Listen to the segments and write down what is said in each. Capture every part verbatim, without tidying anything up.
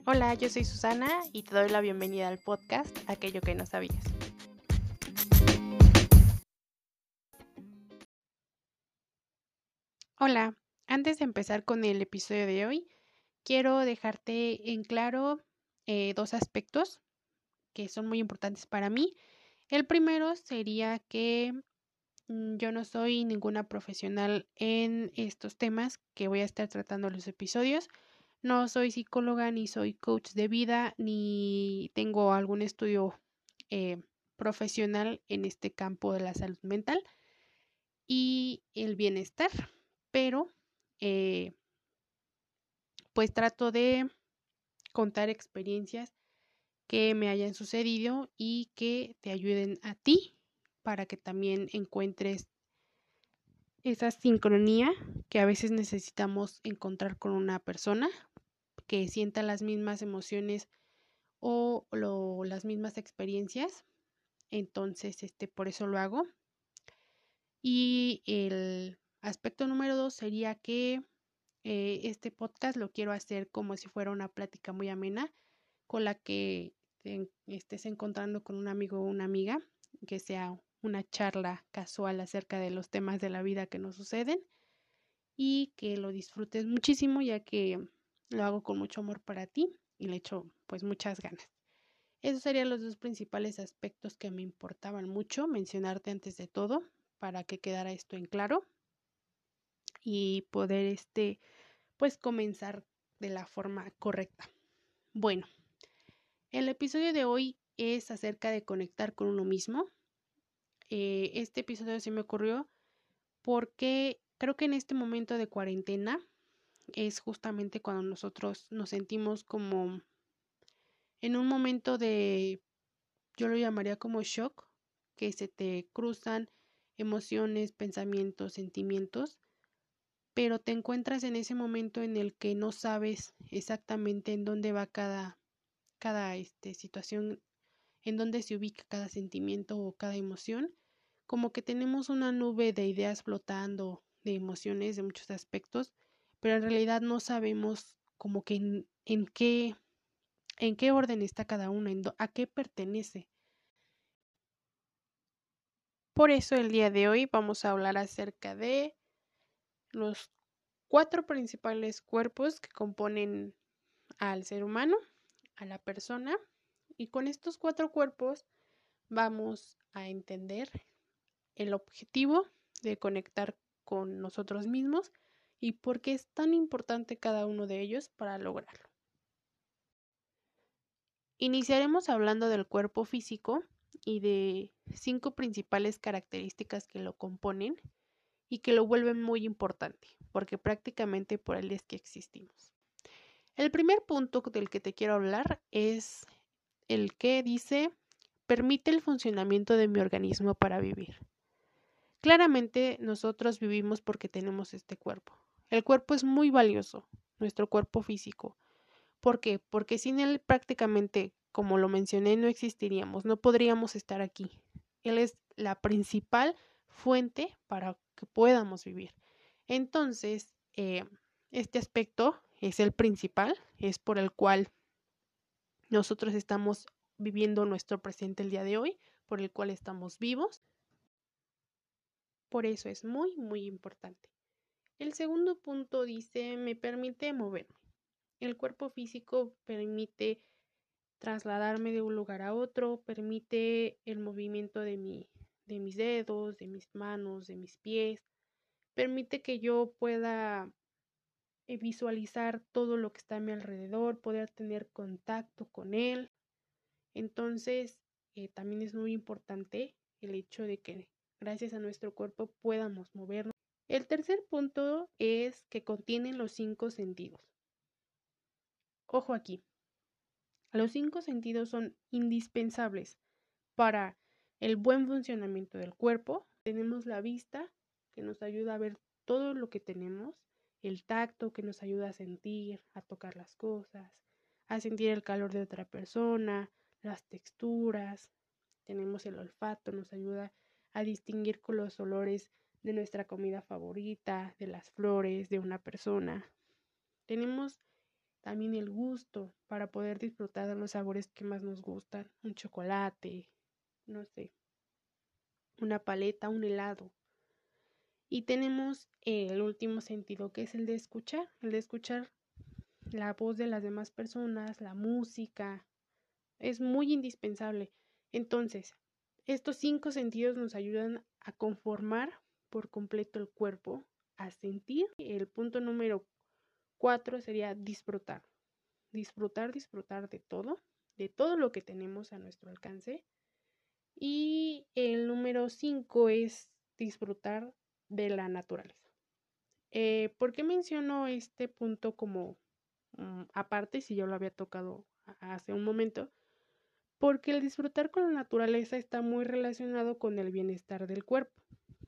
Hola, yo soy Susana y te doy la bienvenida al podcast Aquello que no sabías. Hola, antes de empezar con el episodio de hoy, quiero dejarte en claro eh, dos aspectos que son muy importantes para mí. El primero sería que mm, yo no soy ninguna profesional en estos temas que voy a estar tratando en los episodios. No soy psicóloga, ni soy coach de vida, ni tengo algún estudio eh, profesional en este campo de la salud mental y el bienestar, pero eh, pues trato de contar experiencias que me hayan sucedido y que te ayuden a ti para que también encuentres esa sincronía que a veces necesitamos encontrar con una persona que sienta las mismas emociones o lo, las mismas experiencias. Entonces, este, por eso lo hago. Y el aspecto número dos sería que eh, este podcast lo quiero hacer como si fuera una plática muy amena con la que te estés encontrando con un amigo o una amiga, que sea una charla casual acerca de los temas de la vida que nos suceden y que lo disfrutes muchísimo ya que lo hago con mucho amor para ti y le echo pues muchas ganas. Esos serían los dos principales aspectos que me importaban mucho mencionarte antes de todo para que quedara esto en claro y poder este pues comenzar de la forma correcta. Bueno, el episodio de hoy es acerca de conectar con uno mismo. Eh, este episodio se me ocurrió porque creo que en este momento de cuarentena es justamente cuando nosotros nos sentimos como en un momento de, yo lo llamaría como shock, que se te cruzan emociones, pensamientos, sentimientos, pero te encuentras en ese momento en el que no sabes exactamente en dónde va cada, cada este, situación, en dónde se ubica cada sentimiento o cada emoción, como que tenemos una nube de ideas flotando, de emociones, de muchos aspectos, pero en realidad no sabemos como que en, en qué, en qué orden está cada uno, en do, a qué pertenece. Por eso el día de hoy vamos a hablar acerca de los cuatro principales cuerpos que componen al ser humano, a la persona, y con estos cuatro cuerpos vamos a entender el objetivo de conectar con nosotros mismos y por qué es tan importante cada uno de ellos para lograrlo. Iniciaremos hablando del cuerpo físico y de cinco principales características que lo componen y que lo vuelven muy importante, porque prácticamente por él es que existimos. El primer punto del que te quiero hablar es el que dice, permite el funcionamiento de mi organismo para vivir. Claramente nosotros vivimos porque tenemos este cuerpo. El cuerpo es muy valioso, nuestro cuerpo físico. ¿Por qué? Porque sin él prácticamente, como lo mencioné, no existiríamos, no podríamos estar aquí. Él es la principal fuente para que podamos vivir. Entonces, eh, este aspecto es el principal, es por el cual nosotros estamos viviendo nuestro presente el día de hoy, por el cual estamos vivos. Por eso es muy, muy importante. El segundo punto dice, me permite moverme. El cuerpo físico permite trasladarme de un lugar a otro, permite el movimiento de, mi, de mis dedos, de mis manos, de mis pies, permite que yo pueda eh, visualizar todo lo que está a mi alrededor, poder tener contacto con él. Entonces, eh, también es muy importante el hecho de que gracias a nuestro cuerpo podamos movernos. El tercer punto es que contienen los cinco sentidos. Ojo aquí, los cinco sentidos son indispensables para el buen funcionamiento del cuerpo. Tenemos la vista, que nos ayuda a ver todo lo que tenemos, el tacto, que nos ayuda a sentir, a tocar las cosas, a sentir el calor de otra persona, las texturas. Tenemos el olfato, nos ayuda a distinguir con los olores de nuestra comida favorita, de las flores, de una persona. Tenemos también el gusto para poder disfrutar de los sabores que más nos gustan, un chocolate, no sé, una paleta, un helado. Y tenemos el último sentido, que es el de escuchar, el de escuchar la voz de las demás personas, la música, es muy indispensable. Entonces, estos cinco sentidos nos ayudan a conformar por completo el cuerpo, a sentir. El punto número cuatro sería disfrutar. Disfrutar, disfrutar de todo, de todo lo que tenemos a nuestro alcance. Y el número cinco es disfrutar de la naturaleza. Eh, ¿Por qué menciono este punto como um, aparte si yo lo había tocado hace un momento? Porque el disfrutar con la naturaleza está muy relacionado con el bienestar del cuerpo.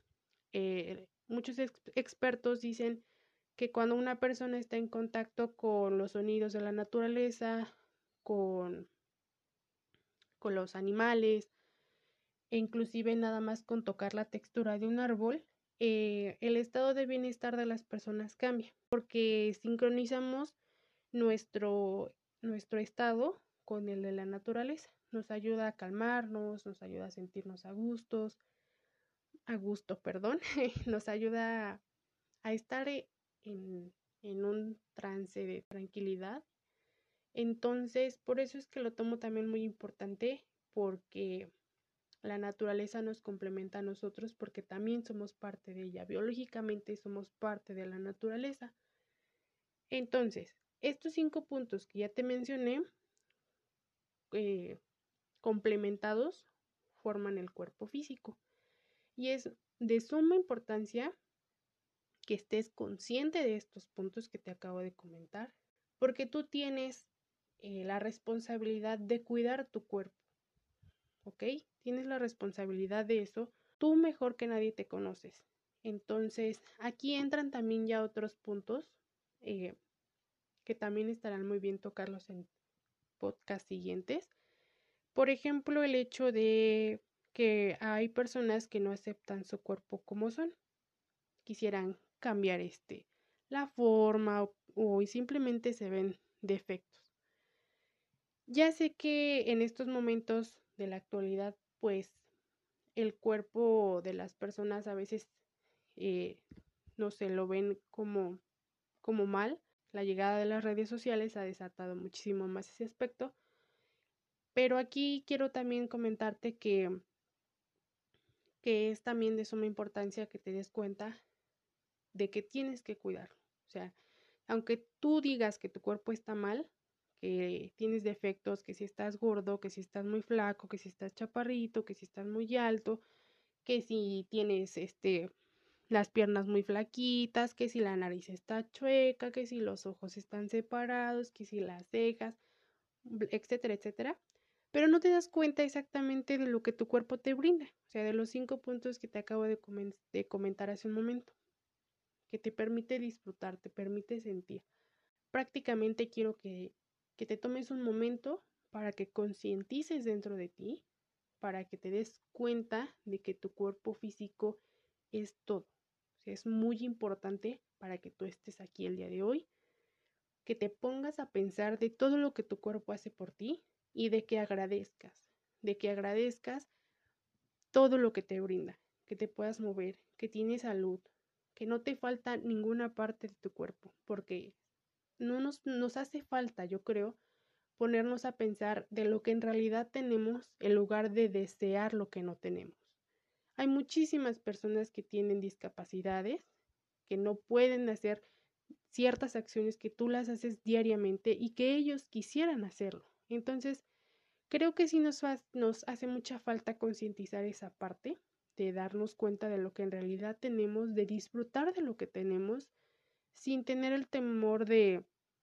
Eh, muchos ex expertos dicen que cuando una persona está en contacto con los sonidos de la naturaleza, con, con los animales, e inclusive nada más con tocar la textura de un árbol, eh, el estado de bienestar de las personas cambia, porque sincronizamos nuestro, nuestro estado con el de la naturaleza. Nos ayuda a calmarnos, nos ayuda a sentirnos a gustos, a gusto, perdón, nos ayuda a estar en, en un trance de tranquilidad. Entonces, por eso es que lo tomo también muy importante, porque la naturaleza nos complementa a nosotros, porque también somos parte de ella. Biológicamente somos parte de la naturaleza. Entonces, estos cinco puntos que ya te mencioné, eh, complementados, forman el cuerpo físico. Y es de suma importancia que estés consciente de estos puntos que te acabo de comentar, porque tú tienes eh, la responsabilidad de cuidar tu cuerpo, ¿ok? Tienes la responsabilidad de eso, tú mejor que nadie te conoces. Entonces, aquí entran también ya otros puntos eh, que también estarán muy bien tocarlos en podcast siguientes. Por ejemplo, el hecho de que hay personas que no aceptan su cuerpo como son. Quisieran cambiar este, la forma o, o simplemente se ven defectos. Ya sé que en estos momentos de la actualidad, pues el cuerpo de las personas a veces eh, no se lo ven como, como mal. La llegada de las redes sociales ha desatado muchísimo más ese aspecto. Pero aquí quiero también comentarte que, que es también de suma importancia que te des cuenta de que tienes que cuidarlo. O sea, aunque tú digas que tu cuerpo está mal, que tienes defectos, que si estás gordo, que si estás muy flaco, que si estás chaparrito, que si estás muy alto, que si tienes este las piernas muy flaquitas, que si la nariz está chueca, que si los ojos están separados, que si las cejas, etcétera, etcétera. Pero no te das cuenta exactamente de lo que tu cuerpo te brinda, o sea, de los cinco puntos que te acabo de, comen de comentar hace un momento, que te permite disfrutar, te permite sentir. Prácticamente quiero que, que te tomes un momento para que concientices dentro de ti, para que te des cuenta de que tu cuerpo físico es todo. O sea, es muy importante para que tú estés aquí el día de hoy, que te pongas a pensar de todo lo que tu cuerpo hace por ti y de que agradezcas, de que agradezcas todo lo que te brinda, que te puedas mover, que tienes salud, que no te falta ninguna parte de tu cuerpo, porque no nos, nos hace falta, yo creo, ponernos a pensar de lo que en realidad tenemos en lugar de desear lo que no tenemos. Hay muchísimas personas que tienen discapacidades, que no pueden hacer ciertas acciones que tú las haces diariamente y que ellos quisieran hacerlo. Entonces, creo que sí nos, fa nos hace mucha falta concientizar esa parte, de darnos cuenta de lo que en realidad tenemos, de disfrutar de lo que tenemos, sin tener el temor de,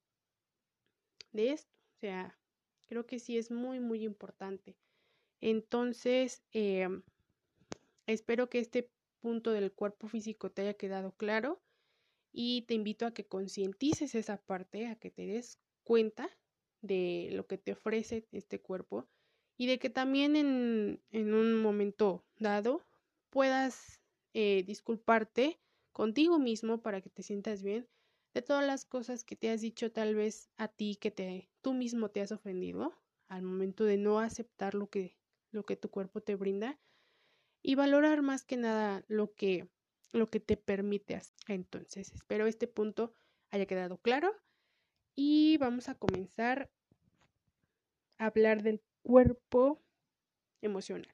de esto. O sea, creo que sí es muy, muy importante. Entonces, eh, espero que este punto del cuerpo físico te haya quedado claro y te invito a que concientices esa parte, a que te des cuenta de lo que te ofrece este cuerpo y de que también en, en un momento dado puedas eh, disculparte contigo mismo para que te sientas bien de todas las cosas que te has dicho tal vez a ti que te, tú mismo te has ofendido al momento de no aceptar lo que, lo que tu cuerpo te brinda y valorar más que nada lo que, lo que te permite hacer. Entonces, espero este punto haya quedado claro y vamos a comenzar a hablar del cuerpo emocional.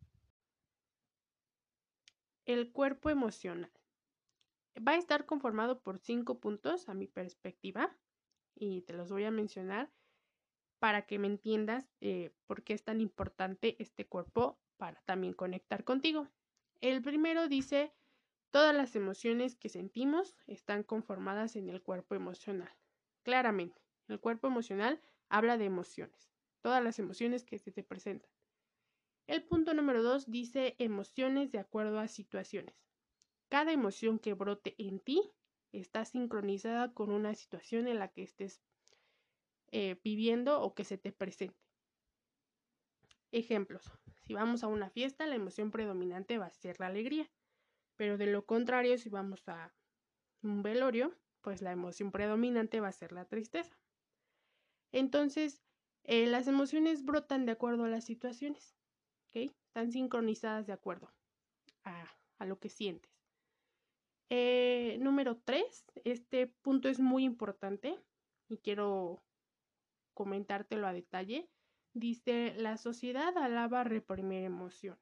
El cuerpo emocional va a estar conformado por cinco puntos a mi perspectiva y te los voy a mencionar para que me entiendas eh, por qué es tan importante este cuerpo para también conectar contigo. El primero dice, todas las emociones que sentimos están conformadas en el cuerpo emocional. Claramente, el cuerpo emocional habla de emociones, todas las emociones que se te presentan. El punto número dos dice emociones de acuerdo a situaciones. Cada emoción que brote en ti está sincronizada con una situación en la que estés eh, viviendo o que se te presente. Ejemplos. Si vamos a una fiesta, la emoción predominante va a ser la alegría. Pero de lo contrario, si vamos a un velorio, pues la emoción predominante va a ser la tristeza. Entonces, eh, las emociones brotan de acuerdo a las situaciones, ¿ok? Están sincronizadas de acuerdo a, a lo que sientes. Eh, número tres, este punto es muy importante y quiero comentártelo a detalle. Dice, la sociedad alaba reprimir emociones.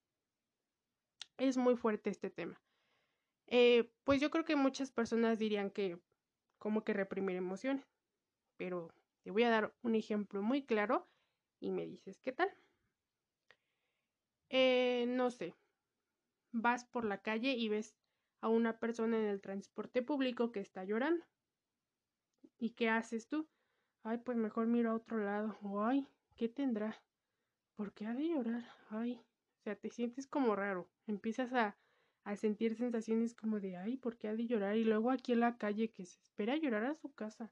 Es muy fuerte este tema. Eh, pues yo creo que muchas personas dirían que como que reprimir emociones, pero te voy a dar un ejemplo muy claro y me dices qué tal. Eh, no sé, vas por la calle y ves a una persona en el transporte público que está llorando. ¿Y qué haces tú? Ay, pues mejor miro a otro lado. O ay, ¿qué tendrá? ¿Por qué ha de llorar? Ay, o sea, te sientes como raro. Empiezas a, a sentir sensaciones como de, ay, ¿por qué ha de llorar? Y luego aquí en la calle que se espera llorar a su casa.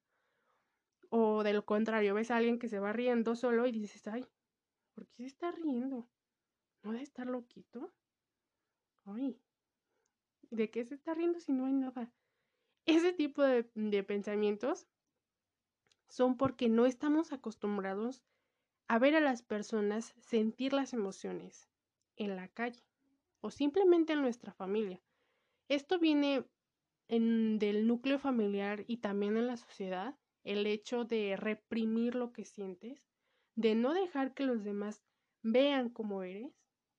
O de lo contrario, ves a alguien que se va riendo solo y dices, ay, ¿por qué se está riendo? ¿No debe estar loquito? Ay, ¿de qué se está riendo si no hay nada? Ese tipo de, de pensamientos son porque no estamos acostumbrados a ver a las personas sentir las emociones en la calle o simplemente en nuestra familia. Esto viene en, del núcleo familiar y también en la sociedad, el hecho de reprimir lo que sientes, de no dejar que los demás vean cómo eres,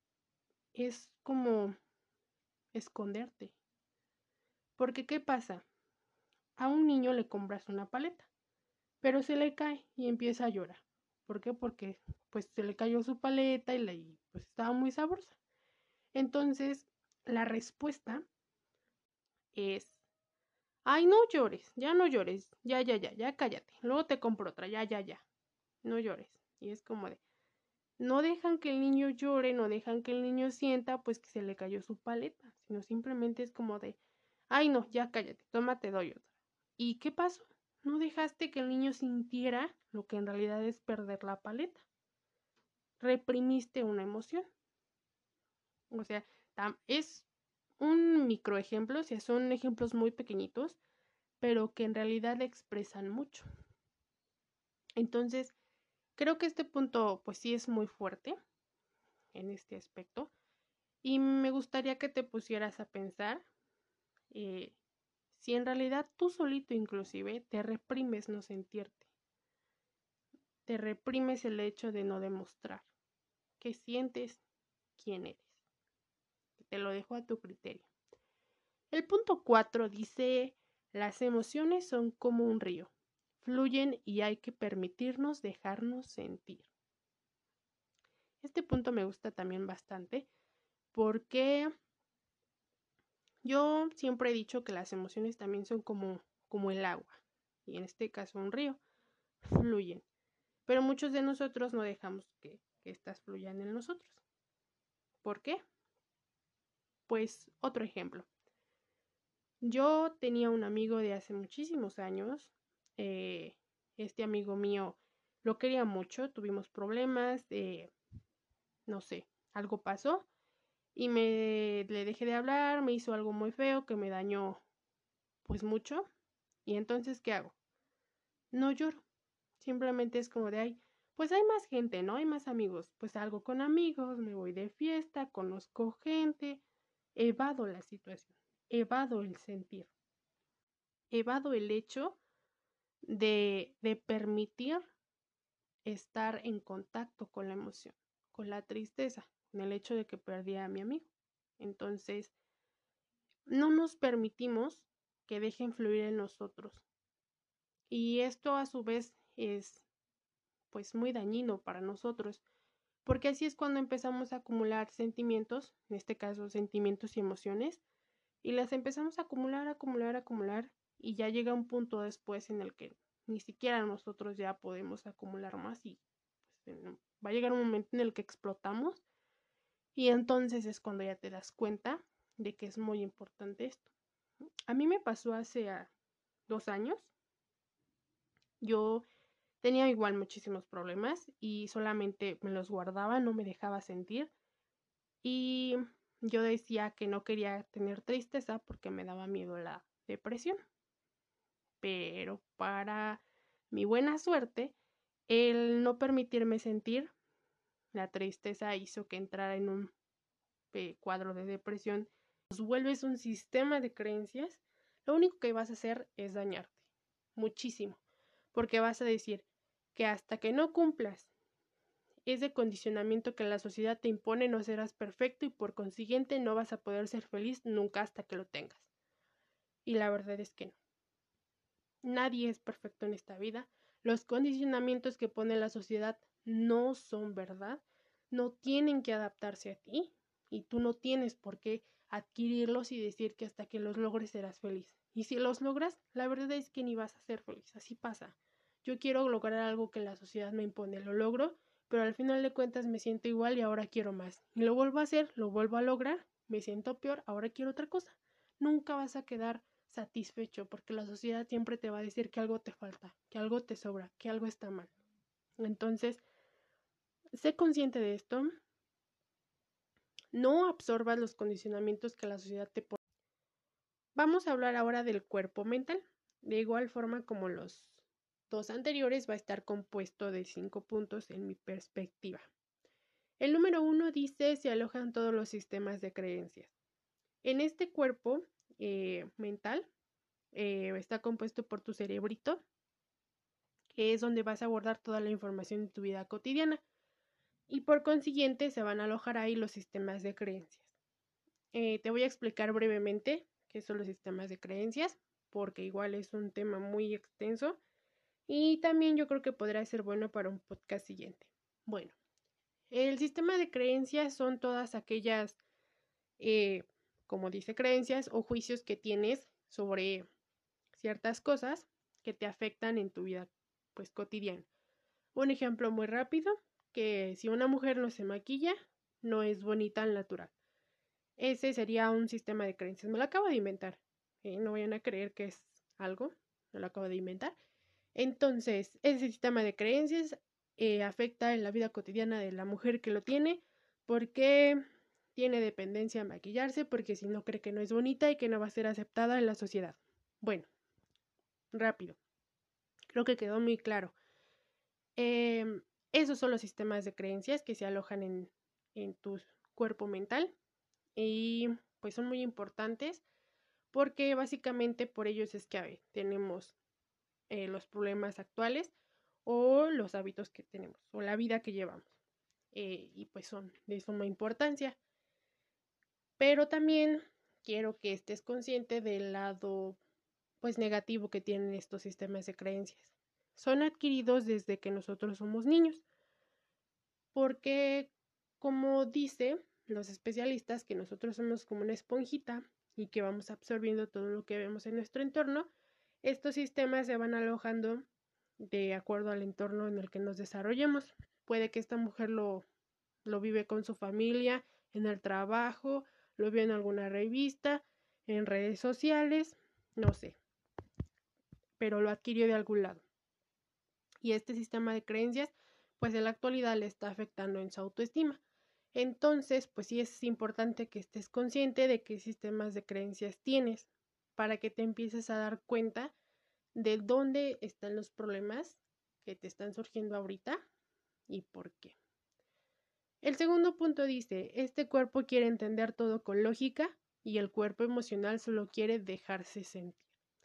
es como esconderte. Porque ¿qué pasa? A un niño le compras una paleta, pero se le cae y empieza a llorar. ¿Por qué? Porque pues se le cayó su paleta y, la, y pues estaba muy sabrosa. Entonces, la respuesta es, ay, no llores, ya no llores, ya, ya, ya, ya cállate, luego te compro otra, ya, ya, ya, no llores. Y es como de, no dejan que el niño llore, no dejan que el niño sienta pues que se le cayó su paleta, sino simplemente es como de, ay, no, ya cállate, toma, te doy otra. ¿Y qué pasó? No dejaste que el niño sintiera lo que en realidad es perder la paleta. Reprimiste una emoción. O sea, es un microejemplo, o sea, son ejemplos muy pequeñitos, pero que en realidad expresan mucho. Entonces, creo que este punto, pues sí es muy fuerte en este aspecto. Y me gustaría que te pusieras a pensar eh, si en realidad tú solito inclusive te reprimes no sentirte. Te reprimes el hecho de no demostrar que sientes quién eres. Te lo dejo a tu criterio. El punto cuatro dice, las emociones son como un río, fluyen y hay que permitirnos dejarnos sentir. Este punto me gusta también bastante porque yo siempre he dicho que las emociones también son como, como el agua, y en este caso un río, fluyen. Pero muchos de nosotros no dejamos que, que estas fluyan en nosotros. ¿Por qué? Pues otro ejemplo. Yo tenía un amigo de hace muchísimos años. Eh, este amigo mío lo quería mucho, tuvimos problemas, eh, no sé, algo pasó y me le dejé de hablar, me hizo algo muy feo que me dañó pues mucho Y entonces, ¿qué hago? No lloro. Simplemente es como de, ay, pues hay más gente, ¿no? Hay más amigos. Pues salgo con amigos, me voy de fiesta, conozco gente, evado la situación, evado el sentir, evado el hecho de, de permitir estar en contacto con la emoción, con la tristeza, con el hecho de que perdí a mi amigo. Entonces, no nos permitimos que dejen fluir en nosotros. Y esto a su vez es pues muy dañino para nosotros, porque así es cuando empezamos a acumular sentimientos, en este caso sentimientos y emociones, y las empezamos a acumular, acumular, acumular, y ya llega un punto después en el que ni siquiera nosotros ya podemos acumular más y pues, va a llegar un momento en el que explotamos y entonces es cuando ya te das cuenta de que es muy importante esto. A mí me pasó hace uh, dos años. Yo tenía igual muchísimos problemas y solamente me los guardaba, no me dejaba sentir. Y yo decía que no quería tener tristeza porque me daba miedo la depresión. Pero para mi buena suerte, el no permitirme sentir la tristeza hizo que entrara en un eh, cuadro de depresión. Pues vuelves un sistema de creencias, lo único que vas a hacer es dañarte muchísimo, porque vas a decir que hasta que no cumplas ese condicionamiento que la sociedad te impone no serás perfecto y por consiguiente no vas a poder ser feliz nunca hasta que lo tengas. Y la verdad es que no. Nadie es perfecto en esta vida. Los condicionamientos que pone la sociedad no son verdad, no tienen que adaptarse a ti y tú no tienes por qué adquirirlos y decir que hasta que los logres serás feliz. Y si los logras, la verdad es que ni vas a ser feliz, así pasa. Yo quiero lograr algo que la sociedad me impone, lo logro, pero al final de cuentas me siento igual y ahora quiero más. Y lo vuelvo a hacer, lo vuelvo a lograr, me siento peor, ahora quiero otra cosa. Nunca vas a quedar satisfecho porque la sociedad siempre te va a decir que algo te falta, que algo te sobra, que algo está mal. Entonces, sé consciente de esto. No absorbas los condicionamientos que la sociedad te pone. Vamos a hablar ahora del cuerpo mental. De igual forma como los dos anteriores, va a estar compuesto de cinco puntos en mi perspectiva. El número uno dice: se alojan todos los sistemas de creencias. En este cuerpo eh, mental eh, está compuesto por tu cerebrito, que es donde vas a guardar toda la información de tu vida cotidiana. Y por consiguiente se van a alojar ahí los sistemas de creencias. Eh, te voy a explicar brevemente qué son los sistemas de creencias, porque igual es un tema muy extenso y también yo creo que podrá ser bueno para un podcast siguiente. Bueno, el sistema de creencias son todas aquellas, eh, como dice, creencias o juicios que tienes sobre ciertas cosas que te afectan en tu vida pues cotidiana. Un ejemplo muy rápido, que si una mujer no se maquilla, no es bonita al natural. Ese sería un sistema de creencias. Me lo acabo de inventar. ¿eh? No vayan a creer que es algo. Me lo acabo de inventar. Entonces, ese sistema de creencias eh, afecta en la vida cotidiana de la mujer que lo tiene porque tiene dependencia a maquillarse, porque si no cree que no es bonita y que no va a ser aceptada en la sociedad. Bueno, rápido. Creo que quedó muy claro. Eh, esos son los sistemas de creencias que se alojan en, en tu cuerpo mental y pues son muy importantes porque básicamente por ellos es que a ver, tenemos eh, los problemas actuales o los hábitos que tenemos o la vida que llevamos eh, y pues son de suma importancia. Pero también quiero que estés consciente del lado pues negativo que tienen estos sistemas de creencias. Son adquiridos desde que nosotros somos niños. Porque, como dice los especialistas, que nosotros somos como una esponjita y que vamos absorbiendo todo lo que vemos en nuestro entorno, estos sistemas se van alojando de acuerdo al entorno en el que nos desarrollemos. Puede que esta mujer lo, lo vive con su familia, en el trabajo, lo vio en alguna revista, en redes sociales, no sé, pero lo adquirió de algún lado. Y este sistema de creencias pues en la actualidad le está afectando en su autoestima. Entonces, pues sí es importante que estés consciente de qué sistemas de creencias tienes para que te empieces a dar cuenta de dónde están los problemas que te están surgiendo ahorita y por qué. El segundo punto dice, este cuerpo quiere entender todo con lógica y el cuerpo emocional solo quiere dejarse sentir.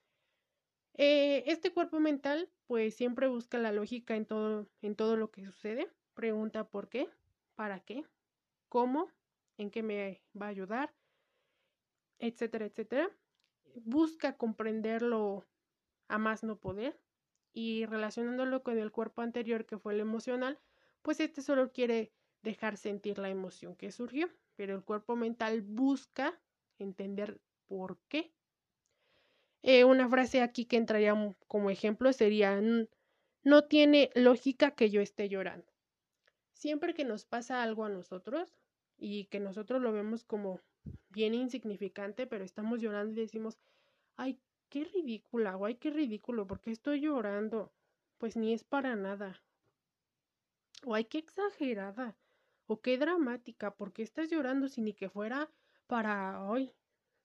Eh, este cuerpo mental pues siempre busca la lógica en todo, en todo lo que sucede. Pregunta por qué, para qué, cómo, en qué me va a ayudar, etcétera, etcétera. Busca comprenderlo a más no poder y relacionándolo con el cuerpo anterior que fue el emocional, pues este solo quiere dejar sentir la emoción que surgió, pero el cuerpo mental busca entender por qué. Eh, una frase aquí que entraría como ejemplo sería, no tiene lógica que yo esté llorando. Siempre que nos pasa algo a nosotros y que nosotros lo vemos como bien insignificante, pero estamos llorando y decimos, ay, qué ridícula, o ay, qué ridículo, ¿por qué estoy llorando? Pues ni es para nada. O ay, qué exagerada, o qué dramática, ¿por qué estás llorando si ni que fuera para hoy?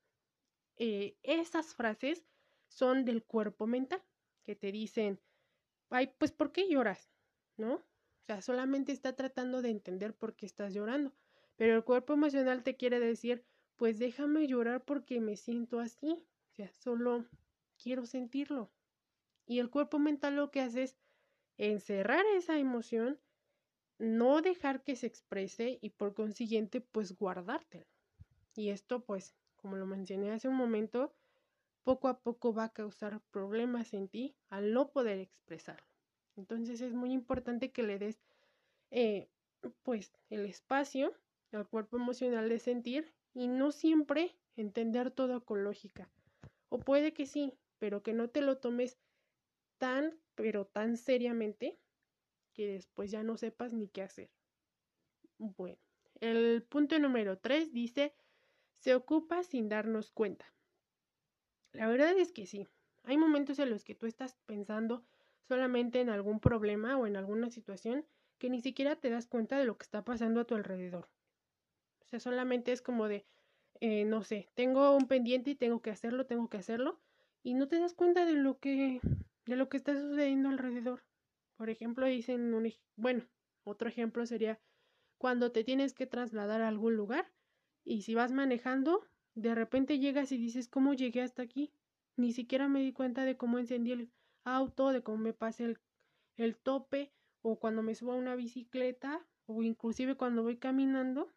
Eh, esas frases son del cuerpo mental, que te dicen, ay, pues ¿por qué lloras? ¿No? O sea, solamente está tratando de entender por qué estás llorando. Pero el cuerpo emocional te quiere decir, pues déjame llorar porque me siento así. O sea, solo quiero sentirlo. Y el cuerpo mental lo que hace es encerrar esa emoción, no dejar que se exprese y por consiguiente, pues guardártela. Y esto, pues, como lo mencioné hace un momento, poco a poco va a causar problemas en ti al no poder expresarlo. Entonces es muy importante que le des eh, pues el espacio al cuerpo emocional de sentir y no siempre entender todo con lógica. O puede que sí, pero que no te lo tomes tan, pero tan seriamente que después ya no sepas ni qué hacer. Bueno, el punto número tres dice, se ocupa sin darnos cuenta. La verdad es que sí, hay momentos en los que tú estás pensando solamente en algún problema o en alguna situación que ni siquiera te das cuenta de lo que está pasando a tu alrededor. O sea, solamente es como de, eh, no sé, tengo un pendiente y tengo que hacerlo, tengo que hacerlo, y no te das cuenta de lo que, de lo que está sucediendo alrededor. Por ejemplo, dicen, un, bueno, otro ejemplo sería cuando te tienes que trasladar a algún lugar y si vas manejando, de repente llegas y dices, ¿cómo llegué hasta aquí? Ni siquiera me di cuenta de cómo encendí el auto, de cómo me pasé el, el tope, o cuando me subo a una bicicleta, o inclusive cuando voy caminando,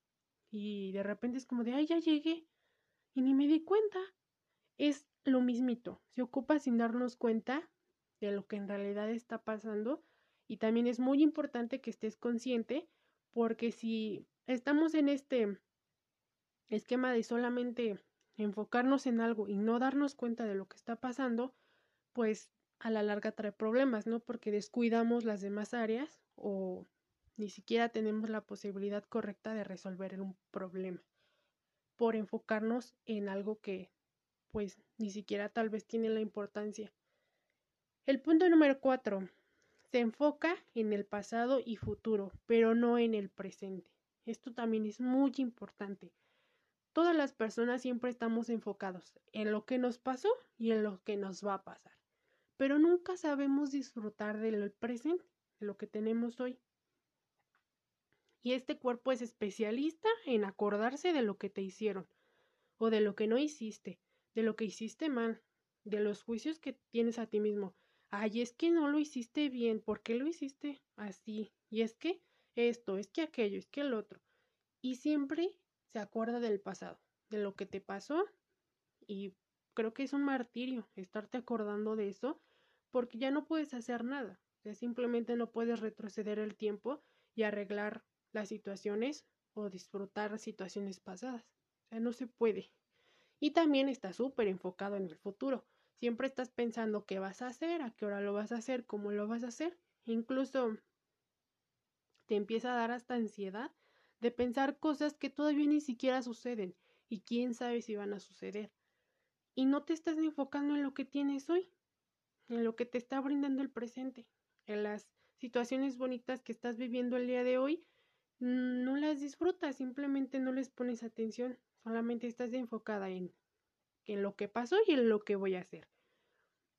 y de repente es como de, ay, ya llegué, y ni me di cuenta. Es lo mismito, se ocupa sin darnos cuenta de lo que en realidad está pasando, y también es muy importante que estés consciente, porque si estamos en este esquema de solamente enfocarnos en algo y no darnos cuenta de lo que está pasando, pues a la larga trae problemas, ¿no? Porque descuidamos las demás áreas o ni siquiera tenemos la posibilidad correcta de resolver un problema por enfocarnos en algo que pues ni siquiera tal vez tiene la importancia. El punto número cuatro. Se enfoca en el pasado y futuro, pero no en el presente. Esto también es muy importante. Todas las personas siempre estamos enfocados en lo que nos pasó y en lo que nos va a pasar, pero nunca sabemos disfrutar del presente, de lo que tenemos hoy. Y este cuerpo es especialista en acordarse de lo que te hicieron o de lo que no hiciste, de lo que hiciste mal, de los juicios que tienes a ti mismo. Ay, es que no lo hiciste bien, ¿por qué lo hiciste así? Y es que esto, es que aquello, es que el otro. Y siempre se acuerda del pasado, de lo que te pasó, y creo que es un martirio estarte acordando de eso porque ya no puedes hacer nada. O sea, simplemente no puedes retroceder el tiempo y arreglar las situaciones o disfrutar situaciones pasadas. O sea, no se puede. Y también estás súper enfocado en el futuro. Siempre estás pensando qué vas a hacer, a qué hora lo vas a hacer, cómo lo vas a hacer. Incluso te empieza a dar hasta ansiedad de pensar cosas que todavía ni siquiera suceden y quién sabe si van a suceder. Y no te estás enfocando en lo que tienes hoy, en lo que te está brindando el presente, en las situaciones bonitas que estás viviendo el día de hoy. No las disfrutas, simplemente no les pones atención, solamente estás enfocada en, en lo que pasó y en lo que voy a hacer.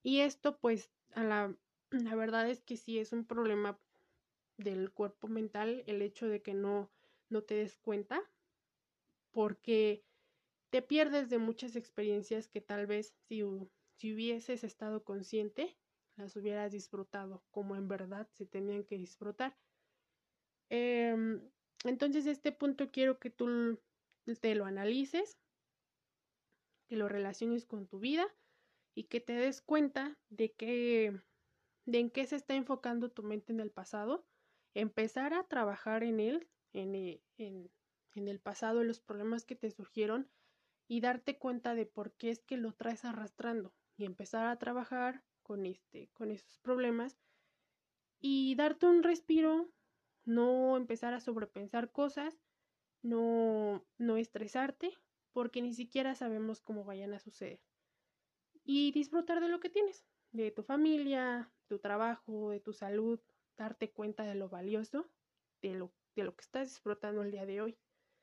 Y esto pues a la, la verdad es que sí es un problema del cuerpo mental el hecho de que no, no te des cuenta, porque te pierdes de muchas experiencias que tal vez si, si hubieses estado consciente, las hubieras disfrutado como en verdad se tenían que disfrutar. Eh, entonces este punto quiero que tú te lo analices, que lo relaciones con tu vida y que te des cuenta de que de en qué se está enfocando tu mente en el pasado, empezar a trabajar en él, en, en, en el pasado, en los problemas que te surgieron y darte cuenta de por qué es que lo traes arrastrando y empezar a trabajar con, este, con esos problemas y darte un respiro, no empezar a sobrepensar cosas, no, no estresarte, porque ni siquiera sabemos cómo vayan a suceder. Y disfrutar de lo que tienes, de tu familia, tu trabajo, de tu salud, darte cuenta de lo valioso, de lo, de lo que estás disfrutando el día de hoy.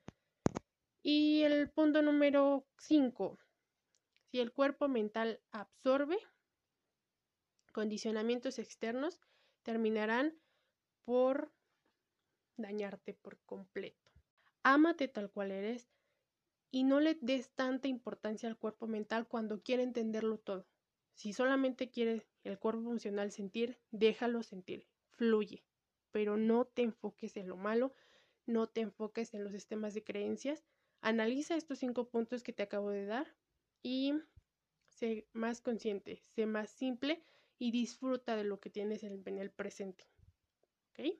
Y el punto número cinco, si el cuerpo mental absorbe condicionamientos externos, terminarán por dañarte por completo. Ámate tal cual eres y no le des tanta importancia al cuerpo mental cuando quiere entenderlo todo. Si solamente quiere el cuerpo funcional sentir, déjalo sentir, fluye, pero no te enfoques en lo malo, no te enfoques en los sistemas de creencias. Analiza estos cinco puntos que te acabo de dar y sé más consciente, sé más simple y disfruta de lo que tienes en el presente. ¿Ok?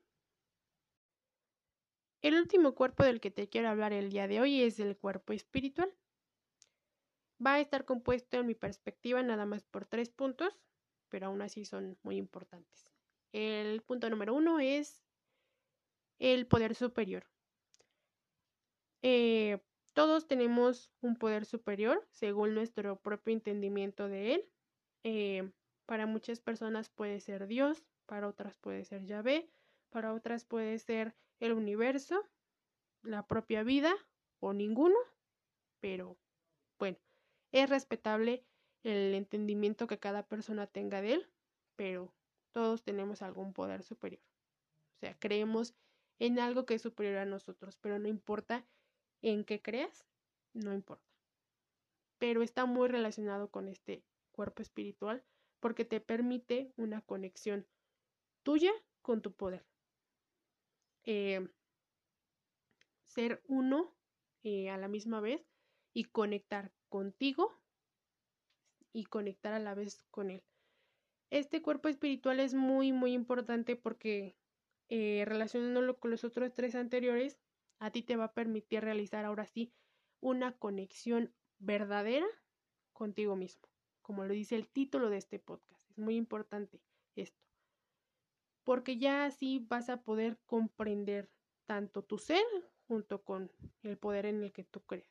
El último cuerpo del que te quiero hablar el día de hoy es el cuerpo espiritual. Va a estar compuesto en mi perspectiva nada más por tres puntos, pero aún así son muy importantes. El punto número uno es el poder superior. Eh, todos tenemos un poder superior según nuestro propio entendimiento de él. Eh, para muchas personas puede ser Dios, para otras puede ser Yahvé, para otras puede ser el universo, la propia vida o ninguno, pero bueno, es respetable el entendimiento que cada persona tenga de él, pero todos tenemos algún poder superior. O sea, creemos en algo que es superior a nosotros, pero no importa en qué creas, no importa. Pero está muy relacionado con este cuerpo espiritual porque te permite una conexión tuya con tu poder. Eh, ser uno eh, a la misma vez y conectar contigo y conectar a la vez con él. Este cuerpo espiritual es muy, muy importante porque eh, relacionándolo con los otros tres anteriores, a ti te va a permitir realizar ahora sí una conexión verdadera contigo mismo, como lo dice el título de este podcast. Es muy importante esto, porque ya así vas a poder comprender tanto tu ser junto con el poder en el que tú creas.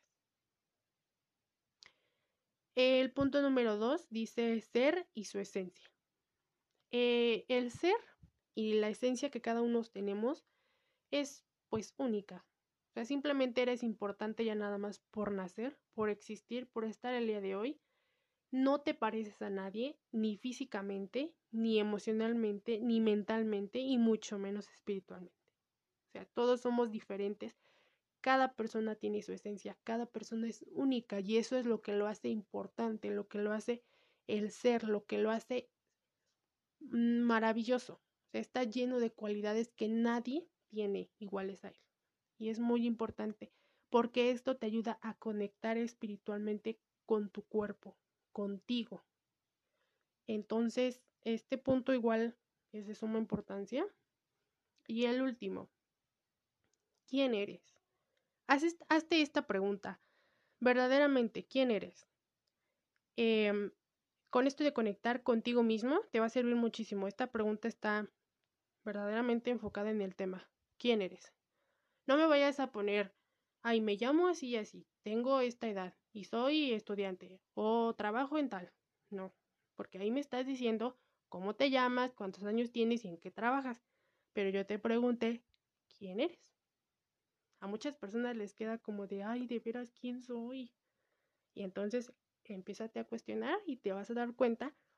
El punto número dos dice ser y su esencia. Eh, el ser y la esencia que cada uno tenemos es pues única. O sea, simplemente eres importante ya nada más por nacer, por existir, por estar el día de hoy. No te pareces a nadie, ni físicamente, ni emocionalmente, ni mentalmente, y mucho menos espiritualmente. O sea, todos somos diferentes. Cada persona tiene su esencia, cada persona es única y eso es lo que lo hace importante, lo que lo hace el ser, lo que lo hace maravilloso. O sea, está lleno de cualidades que nadie tiene iguales a él. Y es muy importante porque esto te ayuda a conectar espiritualmente con tu cuerpo, contigo. Entonces, este punto igual es de suma importancia. Y el último, ¿quién eres? Haz est- hazte esta pregunta. Verdaderamente, ¿quién eres? Eh, con esto de conectar contigo mismo, te va a servir muchísimo. Esta pregunta está verdaderamente enfocada en el tema. ¿Quién eres? No me vayas a poner, ay, me llamo así y así, tengo esta edad y soy estudiante o trabajo en tal. No, porque ahí me estás diciendo cómo te llamas, cuántos años tienes y en qué trabajas. Pero yo te pregunté, ¿quién eres? A muchas personas les queda como de, ay, de veras, ¿quién soy? Y entonces empiézate a cuestionar y te vas a dar cuenta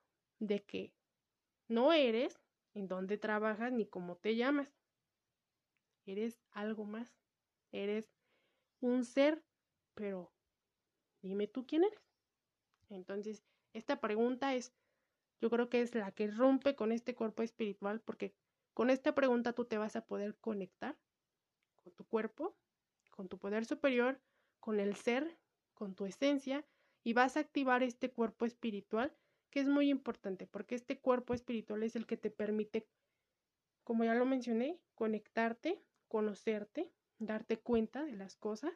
de que no eres en dónde trabajas ni cómo te llamas. Eres algo más. Eres un ser, pero dime tú quién eres. Entonces, esta pregunta es, yo creo que es la que rompe con este cuerpo espiritual, porque con esta pregunta tú te vas a poder conectar con tu cuerpo, con tu poder superior, con el ser, con tu esencia, y vas a activar este cuerpo espiritual, que es muy importante, porque este cuerpo espiritual es el que te permite, como ya lo mencioné, conectarte, conocerte, darte cuenta de las cosas.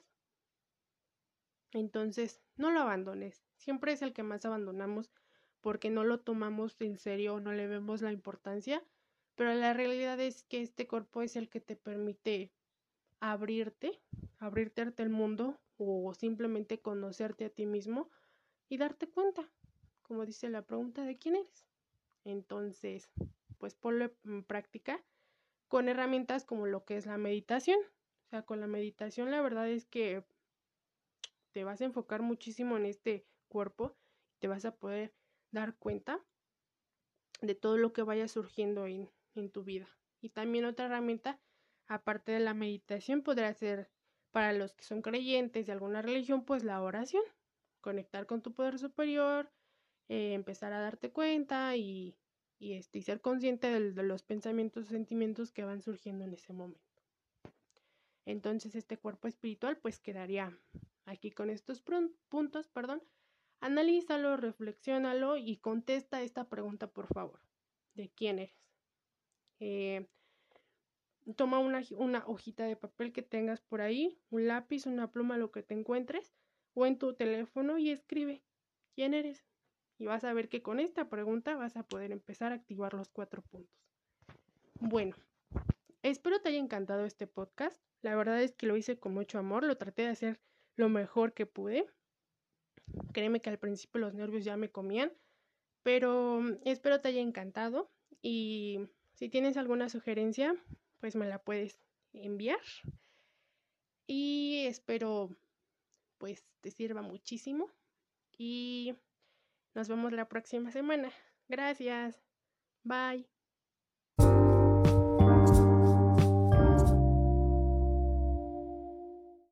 Entonces, no lo abandones. Siempre es el que más abandonamos porque no lo tomamos en serio, no le vemos la importancia, pero la realidad es que este cuerpo es el que te permite abrirte, abrirte ante el mundo o simplemente conocerte a ti mismo y darte cuenta, como dice la pregunta, de quién eres. Entonces, pues ponlo en práctica con herramientas como lo que es la meditación. O sea, con la meditación la verdad es que te vas a enfocar muchísimo en este cuerpo, te vas a poder dar cuenta de todo lo que vaya surgiendo en, en tu vida. Y también otra herramienta, aparte de la meditación, podrá ser para los que son creyentes de alguna religión, pues la oración, conectar con tu poder superior, eh, empezar a darte cuenta y, y, este, y ser consciente de, de los pensamientos y sentimientos que van surgiendo en ese momento. Entonces este cuerpo espiritual pues quedaría aquí con estos puntos, perdón. Analízalo, reflexiónalo y contesta esta pregunta, por favor. ¿De quién eres? Eh, toma una, una hojita de papel que tengas por ahí, un lápiz, una pluma, lo que te encuentres, o en tu teléfono y escribe quién eres. Y vas a ver que con esta pregunta vas a poder empezar a activar los cuatro puntos. Bueno, espero te haya encantado este podcast. La verdad es que lo hice con mucho amor, lo traté de hacer lo mejor que pude. Créeme que al principio los nervios ya me comían, pero espero te haya encantado y si tienes alguna sugerencia, pues me la puedes enviar y espero pues te sirva muchísimo y nos vemos la próxima semana. Gracias. Bye.